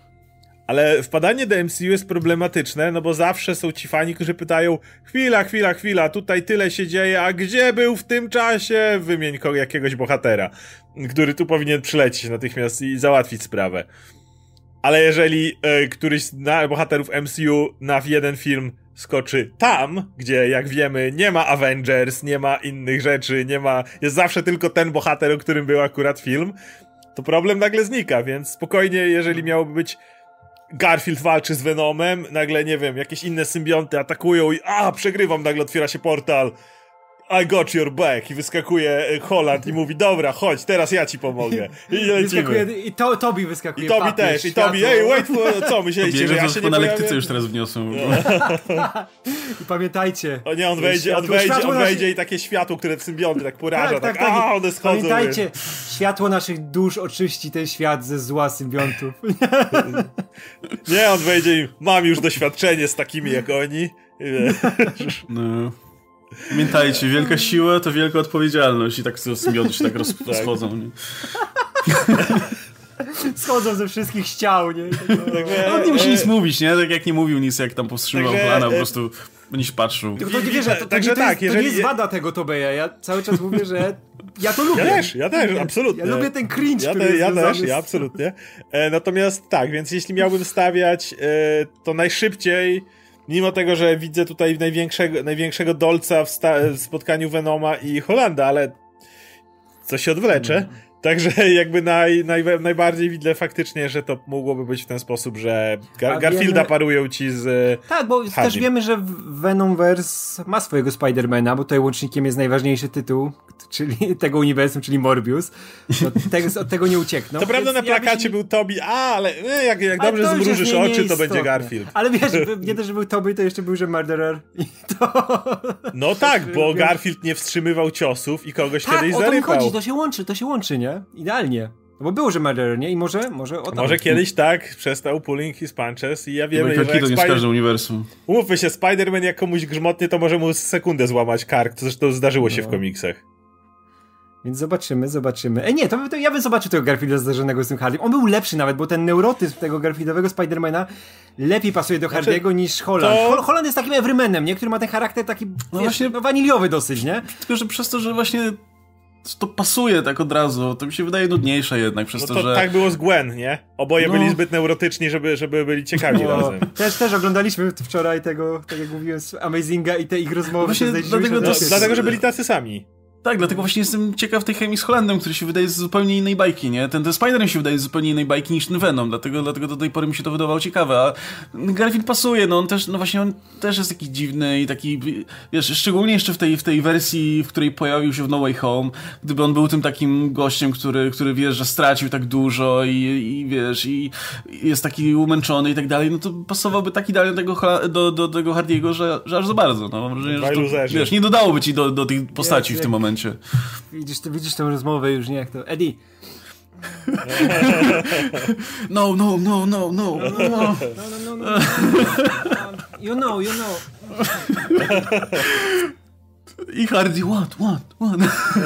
Ale wpadanie do M C U jest problematyczne, no bo zawsze są ci fani, którzy pytają chwila, chwila, chwila, tutaj tyle się dzieje, a gdzie był w tym czasie? Wymień kogo, jakiegoś bohatera, który tu powinien przylecieć natychmiast i załatwić sprawę. Ale jeżeli y, któryś z na, bohaterów M C U na jeden film skoczy tam, gdzie jak wiemy nie ma Avengers, nie ma innych rzeczy, nie ma, jest zawsze tylko ten bohater, o którym był akurat film, to problem nagle znika, więc spokojnie, jeżeli miałoby być Garfield walczy z Venomem, nagle, nie wiem, jakieś inne symbionty atakują i a, przegrywam, nagle otwiera się portal, I got your back i wyskakuje e, Holland i mówi, dobra, chodź, teraz ja ci pomogę. I Wyskakuje, lecimy. i to, Tobi wyskakuje. I Tobi papier, też, i światło. Tobi, ej, wait for, co, myśleliście, Bierze że ja to się po nie lektyce pojawię? już teraz wniosą. I pamiętajcie. O nie, on wejdzie, on Światło- wejdzie, światło on nasze- wejdzie i takie światło, które w symbionty tak poraża, tak, tak, tak. a, one schodzą. Pamiętajcie, światło naszych dusz oczyści ten świat ze zła symbiontów. Nie, on wejdzie i mam już doświadczenie z takimi jak oni. I- No. Pamiętajcie, wielka siła to wielka odpowiedzialność i tak symbioty się tak roz, rozchodzą. Nie? Schodzą ze wszystkich ściał, nie? I tak, no. Także, On nie musi e, nic mówić, nie? Tak jak nie mówił nic, jak tam powstrzymywał Także, plana, po e, prostu będzie się patrzył. Tylko to nie wiesz, to, to, Także nie, to, tak, jest, to jeżeli- nie jest wada tego Tobeja. Ja cały czas mówię, że ja to lubię. Ja też, ja też, absolutnie. Ja lubię ten cringe, Ja, który te, jest ja związany też, z- ja absolutnie. E, natomiast tak, więc jeśli miałbym stawiać, e, to najszybciej, mimo tego, że widzę tutaj największego, największego dolca w, sta- w spotkaniu Venoma i Hollanda, ale co się odwlecze. Mm. Także jakby naj, naj, najbardziej widzę faktycznie, że to mogłoby być w ten sposób, że Gar- A Garfielda wiemy- parują ci z... Tak, bo Hardy. też wiemy, że Venomverse ma swojego Spidermana, bo tutaj łącznikiem jest najważniejszy tytuł, czyli tego uniwersum, czyli Morbius. No, tego, od tego nie uciekną. To prawda, na Więc ja plakacie myślę- był Toby, a, ale e, jak, jak Ale dobrze to już zmrużysz jest nie- oczy, to nieistotne. będzie Garfield. Ale wiesz, nie dość, że był Toby, to jeszcze był, że Murderer. I to... No tak, bo Więc- Garfield nie wstrzymywał ciosów i kogoś Tak, kiedyś o to mi zarypał. chodzi, to się łączy, to się łączy, nie? Idealnie. No bo było, że Murderer, nie? I może, może o tam. Może kiedyś tak przestał pulling his punches i ja wiem, Chyba że jak to nie w Spider- każdym uniwersum. Umówmy się, Spider-Man jak komuś grzmotnie, to może mu sekundę złamać kark, to zresztą zdarzyło się No. w komiksach. Więc zobaczymy, zobaczymy. E nie, to, to ja bym zobaczył tego Garfielda zdarzonego z tym Hardym. On był lepszy nawet, bo ten neurotyzm tego Garfieldowego Spidermana lepiej pasuje do Hardiego znaczy, niż Holland. To... Holland jest takim everymanem, nie? Który ma ten charakter taki no wiesz, właśnie, no, waniliowy dosyć, nie? Tylko, że przez to, że właśnie to pasuje tak od razu, to mi się wydaje nudniejsze jednak przez no to, to że... tak było z Gwen, nie? Oboje no. byli zbyt neurotyczni, żeby, żeby byli ciekawi no. razem. Też, też oglądaliśmy wczoraj tego, tak jak mówiłem, z Amazinga i te ich rozmowy. Właśnie dlatego, no, dlatego, że byli tacy sami. Tak, dlatego właśnie jestem ciekaw tej chemii z Hollandem, który się wydaje z zupełnie innej bajki, nie? Ten, ten Spider-Man się wydaje z zupełnie innej bajki niż ten Venom, dlatego, dlatego do tej pory mi się to wydawało ciekawe, a Garfield pasuje, no on też, no właśnie on też jest taki dziwny i taki, wiesz, szczególnie jeszcze w tej, w tej wersji, w której pojawił się w No Way Home, gdyby on był tym takim gościem, który, który wiesz, że stracił tak dużo i, i wiesz, i, i jest taki umęczony i tak dalej, no to pasowałby tak idealnie do tego, do, do tego Hardiego, że, że aż za bardzo, no mam wrażenie, że to, wiesz, nie dodałoby ci do, do tej postaci yes, w tym momencie. Widzisz, ty widzisz tę rozmowę już, nie jak to. Eddie! No, no, no, no, no, no, no, no, no, no. You know, you know. I Hardy, what, what, what?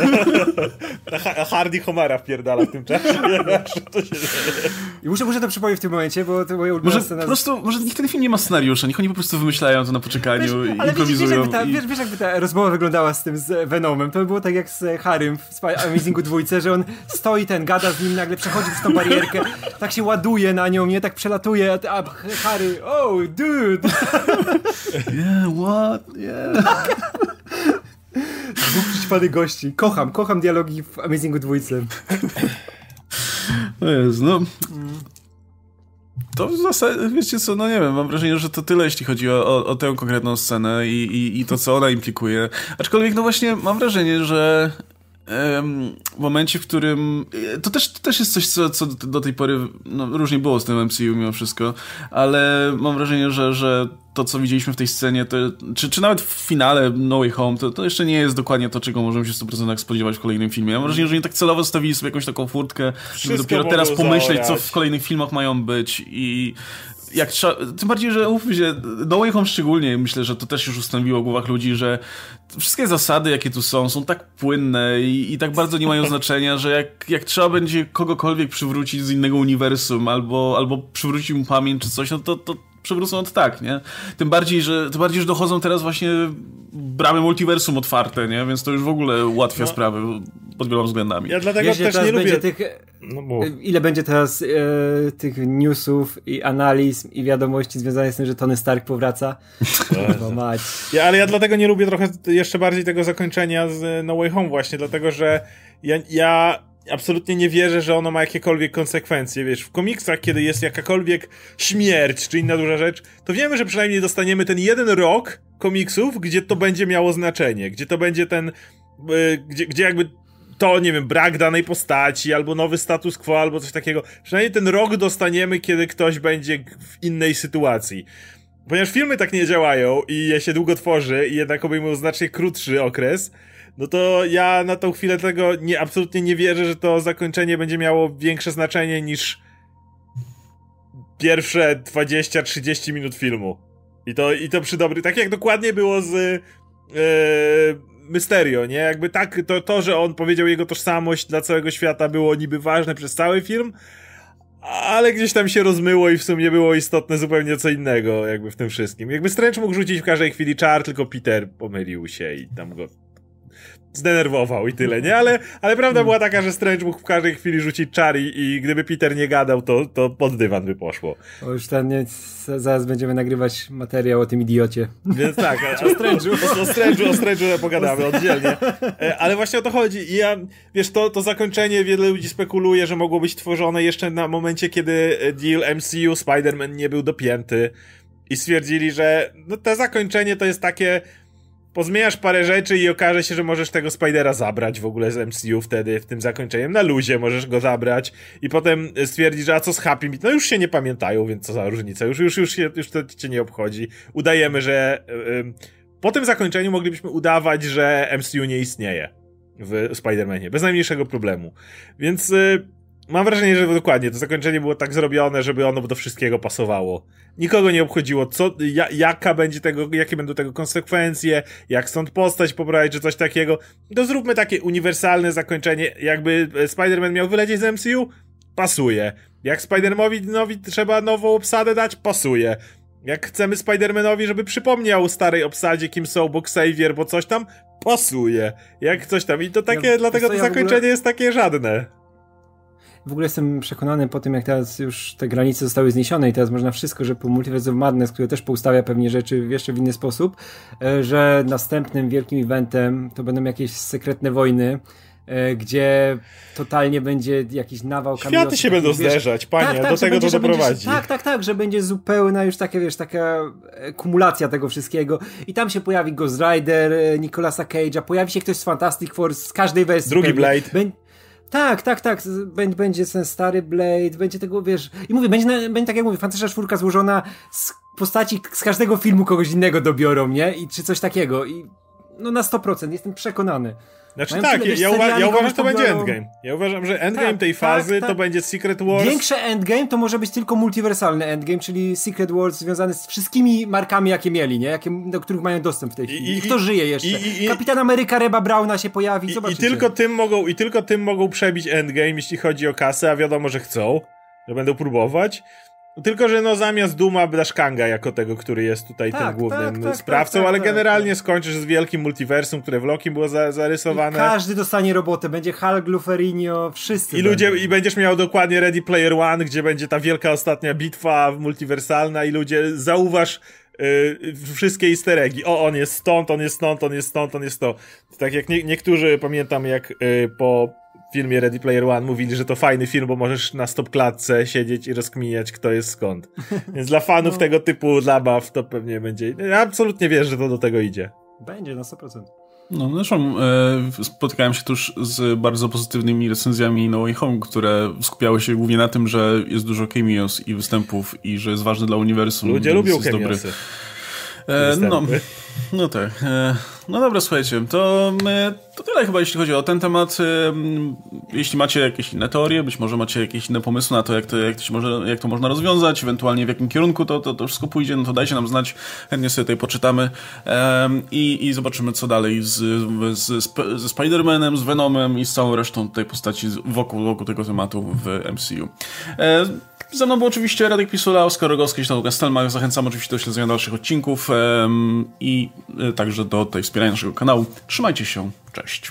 A Hardy Homera wpierdala w tym czasie. To się... I muszę, muszę to przypomnieć w tym momencie, bo to moja ulubiona może scena... po prostu, może nikt ten film nie ma scenariusza, niech oni po prostu wymyślają to na poczekaniu wiesz, i ale improwizują. Wiesz, wiesz, jakby ta, i... wiesz, wiesz jakby ta rozmowa wyglądała z tym, z Venomem, to by było tak jak z Harrym w Amazingu dwójce, że on stoi ten, gada z nim, nagle przechodzi przez tą barierkę, tak się ładuje na nią, nie, tak przelatuje, a, a Harry, oh, dude! Yeah, what? Yeah. Dwóch przyćpanych gości. Kocham, kocham dialogi w Amazingu dwójce. No jest, no... To w zasadzie, wiecie co, no nie wiem, mam wrażenie, że to tyle, jeśli chodzi o, o, o tę konkretną scenę i, i, i to, co ona implikuje. Aczkolwiek, no właśnie, mam wrażenie, że w momencie, w którym... To też, to też jest coś, co, co do tej pory no, różnie było z tym M C U mimo wszystko, ale mam wrażenie, że, że to, co widzieliśmy w tej scenie, to, czy, czy nawet w finale No Way Home, to, to jeszcze nie jest dokładnie to, czego możemy się w stu procentach spodziewać w kolejnym filmie. Mam wrażenie, że oni tak celowo stawili sobie jakąś taką furtkę, żeby dopiero teraz pomyśleć, co w kolejnych filmach mają być i... Jak trzeba, tym bardziej, że umówmy się, No Way Home szczególnie, myślę, że to też już ustanowiło w głowach ludzi, że wszystkie zasady, jakie tu są, są tak płynne i, i tak bardzo nie mają znaczenia, że jak, jak trzeba będzie kogokolwiek przywrócić z innego uniwersum albo, albo przywrócić mu pamięć czy coś, no to, to przywrócą od tak, nie? Tym bardziej, że, tym bardziej, że dochodzą teraz właśnie bramy multiversum otwarte, nie? Więc to już w ogóle ułatwia no. sprawy pod wieloma względami. Ja dlatego Wiesz, też nie lubię... Tych, no ile będzie teraz e, tych newsów i analiz i wiadomości związanych z tym, że Tony Stark powraca? No mać. Ja, ale ja dlatego nie lubię trochę jeszcze bardziej tego zakończenia z No Way Home właśnie, dlatego, że ja... ja... absolutnie nie wierzę, że ono ma jakiekolwiek konsekwencje, wiesz, w komiksach, kiedy jest jakakolwiek śmierć, czy inna duża rzecz, to wiemy, że przynajmniej dostaniemy ten jeden rok komiksów, gdzie to będzie miało znaczenie, gdzie to będzie ten, yy, gdzie, gdzie jakby to, nie wiem, brak danej postaci, albo nowy status quo, albo coś takiego, przynajmniej ten rok dostaniemy, kiedy ktoś będzie w innej sytuacji. Ponieważ filmy tak nie działają i je się długo tworzy i jednak obejmują znacznie krótszy okres, no to ja na tą chwilę tego nie, absolutnie nie wierzę, że to zakończenie będzie miało większe znaczenie niż pierwsze dwadzieścia trzydzieści minut filmu. I to, i to przy dobry... Tak jak dokładnie było z yy, Mysterio, nie? Jakby tak, to, to, że on powiedział jego tożsamość dla całego świata było niby ważne przez cały film, ale gdzieś tam się rozmyło i w sumie było istotne zupełnie co innego jakby w tym wszystkim. Jakby Strange mógł rzucić w każdej chwili czar, tylko Peter pomylił się i tam go zdenerwował i tyle, nie? Ale, ale prawda była taka, że Strange mógł w każdej chwili rzucić czar i, i gdyby Peter nie gadał, to, to pod dywan by poszło. O, już tam nie, zaraz będziemy nagrywać materiał o tym idiocie. Więc tak, a, o Strange'u, o, o Strange'u, o Strange'u pogadamy oddzielnie. Ale właśnie o to chodzi. I ja, wiesz, to, to zakończenie wiele ludzi spekuluje, że mogło być tworzone jeszcze na momencie, kiedy deal M C U Spider-Man nie był dopięty i stwierdzili, że no to zakończenie to jest takie... Pozmieniasz parę rzeczy i okaże się, że możesz tego Spidera zabrać w ogóle z M C U wtedy, w tym zakończeniem. Na luzie możesz go zabrać i potem stwierdzić, że a co z Happy Meal? No już się nie pamiętają, więc co za różnica. Już, już, już, się, już to cię nie obchodzi. Udajemy, że... Yy, po tym zakończeniu moglibyśmy udawać, że M C U nie istnieje w Spider-Manie. Bez najmniejszego problemu. Więc... Yy, mam wrażenie, że dokładnie to zakończenie było tak zrobione, żeby ono do wszystkiego pasowało. Nikogo nie obchodziło, co, ja, jaka będzie tego, jakie będą tego konsekwencje, jak stąd postać poprawić, czy coś takiego. To zróbmy takie uniwersalne zakończenie, jakby Spider-Man miał wylecieć z M C U, pasuje. Jak Spider-Manowi nowi trzeba nową obsadę dać, pasuje. Jak chcemy Spider-Manowi, żeby przypomniał starej obsadzie, kim są, bo Xavier, bo coś tam, pasuje. Jak coś tam. I to takie, ja, dlatego to, to ja zakończenie ogóle... jest takie żadne. W ogóle jestem przekonany po tym, jak teraz już te granice zostały zniesione i teraz można wszystko, że po Multiverse of Madness, który też poustawia pewnie rzeczy jeszcze w inny sposób, że następnym wielkim eventem to będą jakieś sekretne wojny, gdzie totalnie będzie jakiś nawał kamieni. Światy się będą wiesz, zderzać, panie, tak, tak, do tego będzie, to doprowadzi. Będzie, tak, tak, tak, że będzie zupełna już taka, wiesz, taka kumulacja tego wszystkiego i tam się pojawi Ghost Rider, Nicolasa Cage'a, pojawi się ktoś z Fantastic Four z każdej wersji. Drugi pewnie. Blade. Bę- Tak, tak, tak. Będzie ten stary Blade, będzie tego, wiesz... I mówię, będzie, będzie tak jak mówię, Fantastyczna Czwórka złożona z postaci, z każdego filmu kogoś innego dobiorą, nie? I czy coś takiego. I no na sto procent, jestem przekonany. Znaczy Mają tak, tyle, ja, uwa- ja uważam, że to będzie Endgame. Ja uważam, że Endgame tak, tej fazy tak, tak. to będzie Secret Wars. Większe Endgame to może być tylko multiwersalny Endgame, czyli Secret Wars związany z wszystkimi markami, jakie mieli, nie? Jakie, do których mają dostęp w tej chwili. I, I kto żyje jeszcze? I, i, Kapitan Ameryka, Reba Browna się pojawi, i, i, tylko tym mogą, I tylko tym mogą przebić Endgame, jeśli chodzi o kasę, a wiadomo, że chcą, że będą próbować. Tylko, że no zamiast Duma dasz Kanga jako tego, który jest tutaj tak, tym głównym tak, tak, sprawcą, tak, tak, ale tak, generalnie tak. skończysz z wielkim multiversum, które w Loki było za, zarysowane. I każdy dostanie robotę, będzie Hulk, Luferino, wszyscy. I ludzie, i będziesz miał dokładnie Ready Player One, gdzie będzie ta wielka ostatnia bitwa multiwersalna i ludzie zauważ yy, wszystkie easter eggi. O, on jest stąd, on jest stąd, on jest stąd, on jest to. Tak jak nie, niektórzy, pamiętam jak yy, po w filmie Ready Player One mówili, że to fajny film, bo możesz na stopklatce siedzieć i rozkminiać, kto jest skąd. Więc dla fanów no. tego typu zabaw to pewnie będzie... Ja absolutnie wierzę, że to do tego idzie. Będzie na sto procent. No, zresztą e, spotykałem się tuż z bardzo pozytywnymi recenzjami No Way Home, które skupiały się głównie na tym, że jest dużo cameos i występów i że jest ważny dla uniwersum. Ludzie lubią cameosy. E, no, no tak. E, no dobra, słuchajcie, to, e, to tyle chyba jeśli chodzi o ten temat. E, jeśli macie jakieś inne teorie, być może macie jakieś inne pomysły na to, jak to, jak to, się może, jak to można rozwiązać, ewentualnie w jakim kierunku to, to, to wszystko pójdzie, no to dajcie nam znać, chętnie sobie tutaj poczytamy e, i, i zobaczymy, co dalej z, z, ze Spider-Manem, z Venomem i z całą resztą tej postaci wokół, wokół tego tematu w M C U. E, Ze mną był oczywiście Radek Pisula, Oskar Rogowski, Śladu Kastelmach. Zachęcam oczywiście do śledzenia dalszych odcinków um, i y, także do tej wspierania naszego kanału. Trzymajcie się, cześć.